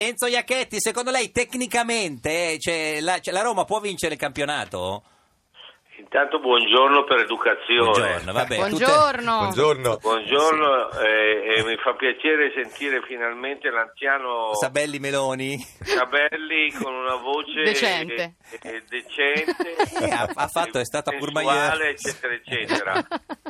Enzo Iacchetti, secondo lei tecnicamente la Roma può vincere il campionato? Intanto buongiorno per educazione. Buongiorno, vabbè, Buongiorno. E mi fa piacere sentire finalmente l'anziano Sabelli Meloni. Sabelli con una voce decente. Decente, È stato a sensuale, eccetera, eccetera.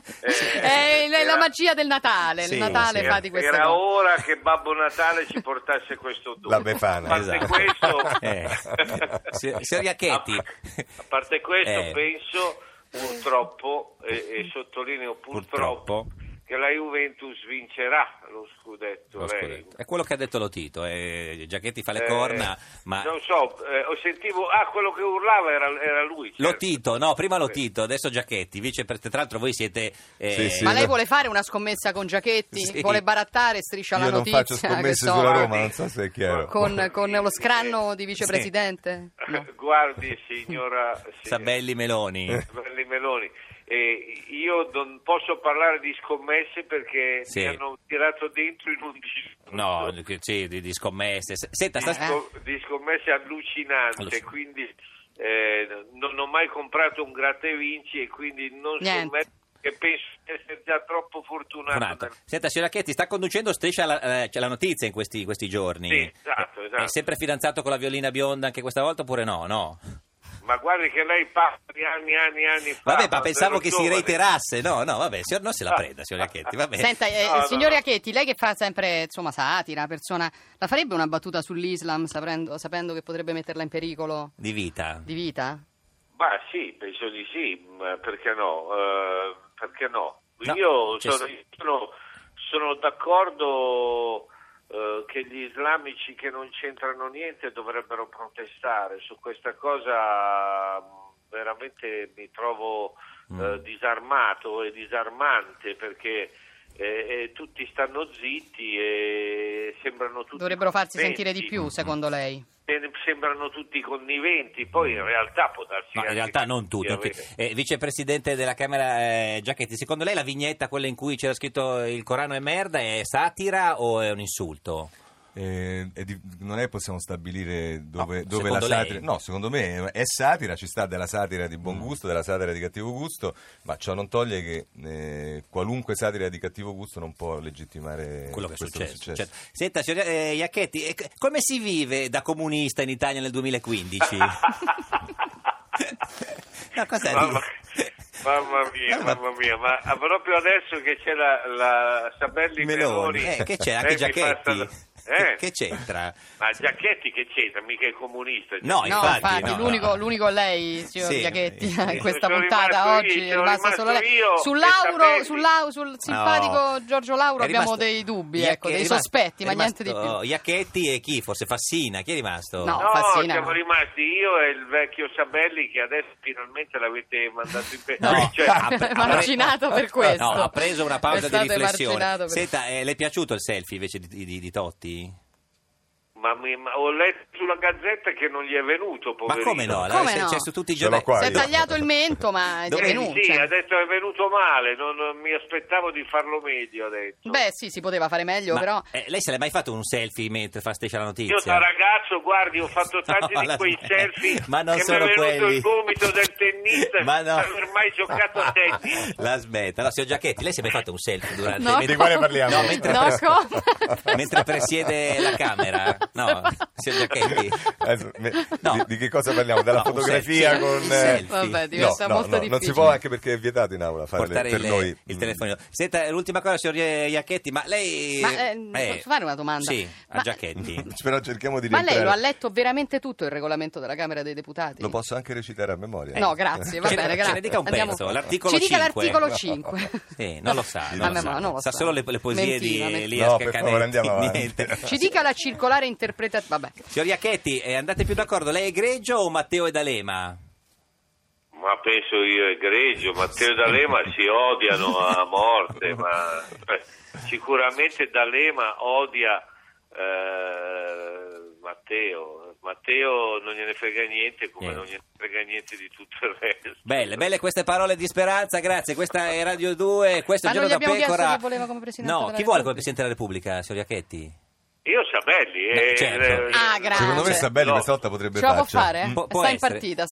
È la magia del Natale. Sì, il Natale sì. fa di queste Era cose. ora che Babbo Natale ci portasse questo dono. La Befana, A parte esatto. questo, Signor Iacchetti. a parte questo penso purtroppo, e sottolineo purtroppo, che la Juventus vincerà lo scudetto. È quello che ha detto Lotito. Giacchetti fa le corna, ma non so, sentivo quello che urlava era lui, certo. Lotito, no, prima Lotito, adesso Giacchetti. Tra l'altro voi siete Sì. Ma lei vuole fare una scommessa con Giacchetti? Sì. Vuole barattare, striscia la Io non notizia? faccio scommesse che so, sulla Roma, non so se è chiaro. con lo scranno di vicepresidente? No. Guardi, signora Sabelli Meloni. Sabelli Meloni, io non posso parlare di scommesse perché Sì. mi hanno tirato dentro in un No, sì, di scommesse. Senta, di scommesse allucinante, quindi non ho mai comprato un gratta e vinci e quindi non scommetto, che penso di essere già troppo fortunato. Senta, signor Iacchetti, sta conducendo Striscia la notizia in questi giorni. Sì, esatto. È sempre fidanzato con la violina bionda anche questa volta oppure no? No. Ma guardi che lei parla di anni fa. Vabbè, ma pensavo che si giovane. reiterasse. No, vabbè, non se la prenda, signor Iacchetti, va bene. Senta, No, signor no. Iacchetti, lei che fa sempre satira, persona, la farebbe una battuta sull'Islam sapendo che potrebbe metterla in pericolo Di vita. di vita? Ma sì, penso di sì, ma perché no? Perché no? No, Io sono d'accordo che gli islamici che non c'entrano niente dovrebbero protestare. Su questa cosa veramente mi trovo disarmato e disarmante perché tutti stanno zitti e sembrano tutti Dovrebbero farsi conniventi. sentire di più, secondo lei? Sembrano tutti conniventi, poi in realtà può darsi No, in anche realtà che non tutti. sia Vicepresidente della Camera Giacchetti, secondo lei la vignetta, quella in cui c'era scritto il Corano è merda, è satira o è un insulto? Non è possiamo stabilire dove la secondo satira. lei? No, secondo me è satira, ci sta della satira di buon gusto, della satira di cattivo gusto, ma ciò non toglie che qualunque satira di cattivo gusto non può legittimare Quello che è questo successo. Certo. Senta, signor Iacchetti, come si vive da comunista in Italia nel 2015? No, cosa Mamma mia, ma proprio adesso che c'è la Sabelli Meloni, che c'è anche Giacchetti? Che c'entra? Ma Giacchetti che c'entra? Mica è comunista. No, infatti, no. L'unico è lei, signor Sì. Iacchetti, in questa Sono puntata rimasto oggi io, è sono rimasta rimasto solo lei. io Sul simpatico Giorgio Lauro È abbiamo rimasto dei dubbi, è dei rimasto- sospetti, è ma niente di rimasto più. Iacchetti e chi? Forse Fassina, chi è rimasto? No. No, Fassina, siamo no. rimasti io e il vecchio Sabelli che adesso finalmente l'avete mandato in No, Marginato per questo. No, ha preso una pausa È di stato riflessione. emarginato per- Senta, le è piaciuto il selfie invece di Totti? Ma ho letto sulla Gazzetta che non gli è venuto, Ma poverino. come no? Come no? C'è su tutti i Ce l'ho giornali. qua. Si è io. tagliato il mento, ma Dove- è venuto. Sì, ha detto è venuto male, non mi aspettavo di farlo meglio, ha detto. Beh, sì, si poteva fare meglio, Ma, però. lei se l'è mai fatto un selfie mentre fa Striscia la notizia? Io da ragazzo, guardi, ho fatto tanti No, di quei selfie ma non che mi sono è venuto quelli. il gomito del tennista Ma no. per aver mai giocato a tennis. La smetta. No, signor Giacchetti, lei si è mai fatto un selfie durante... No. Di quale parliamo? No, mentre, No, mentre presiede la Camera? No, signor Giacchetti? Adesso, No. di che cosa parliamo? Della No, un fotografia selfie. con Un selfie. Vabbè, diventa molto difficile. non si può, anche perché è vietato in aula fare Portare per noi il telefonino. Senta, l'ultima cosa, signor Iacchetti, ma lei... Posso fare una domanda? Sì, a Ma- Giacchetti. Però cerchiamo di Ma lei rientrare. lo ha letto veramente tutto il regolamento della Camera dei Deputati? Lo posso anche recitare a memoria. No, grazie, va Ce ne- bene, ce grazie. ne dica un Andiamo- pezzo, l'articolo Ci dica 5. l'articolo 5. Sì, non lo sa. Non Non lo sa. non lo Sa sa. solo le poesie Mentiva, di mentiva. Elias No, per Cacanetti. favore, andiamo avanti. Niente. Ci dica la circolare interpretativa. Vabbè. Signor Iacchetti, andate più d'accordo, lei è Greggio o Matteo e D'Alema? Ma penso io egregio, Matteo e D'Alema si odiano a morte, ma sicuramente D'Alema odia Matteo non gliene frega niente, come non gliene frega niente di tutto il resto. Belle queste parole di speranza, grazie. Questa è Radio 2, questo è Ma il non Giorno gli da abbiamo chiesto Pecora. chi voleva come Presidente No, della chi vuole come Repubblica? Presidente della Repubblica, signor Iacchetti? Io Sabelli. Certo. Grazie. Secondo me Sabelli No. questa volta potrebbe Ce la può farcela. fare? Può Sta in essere. partita.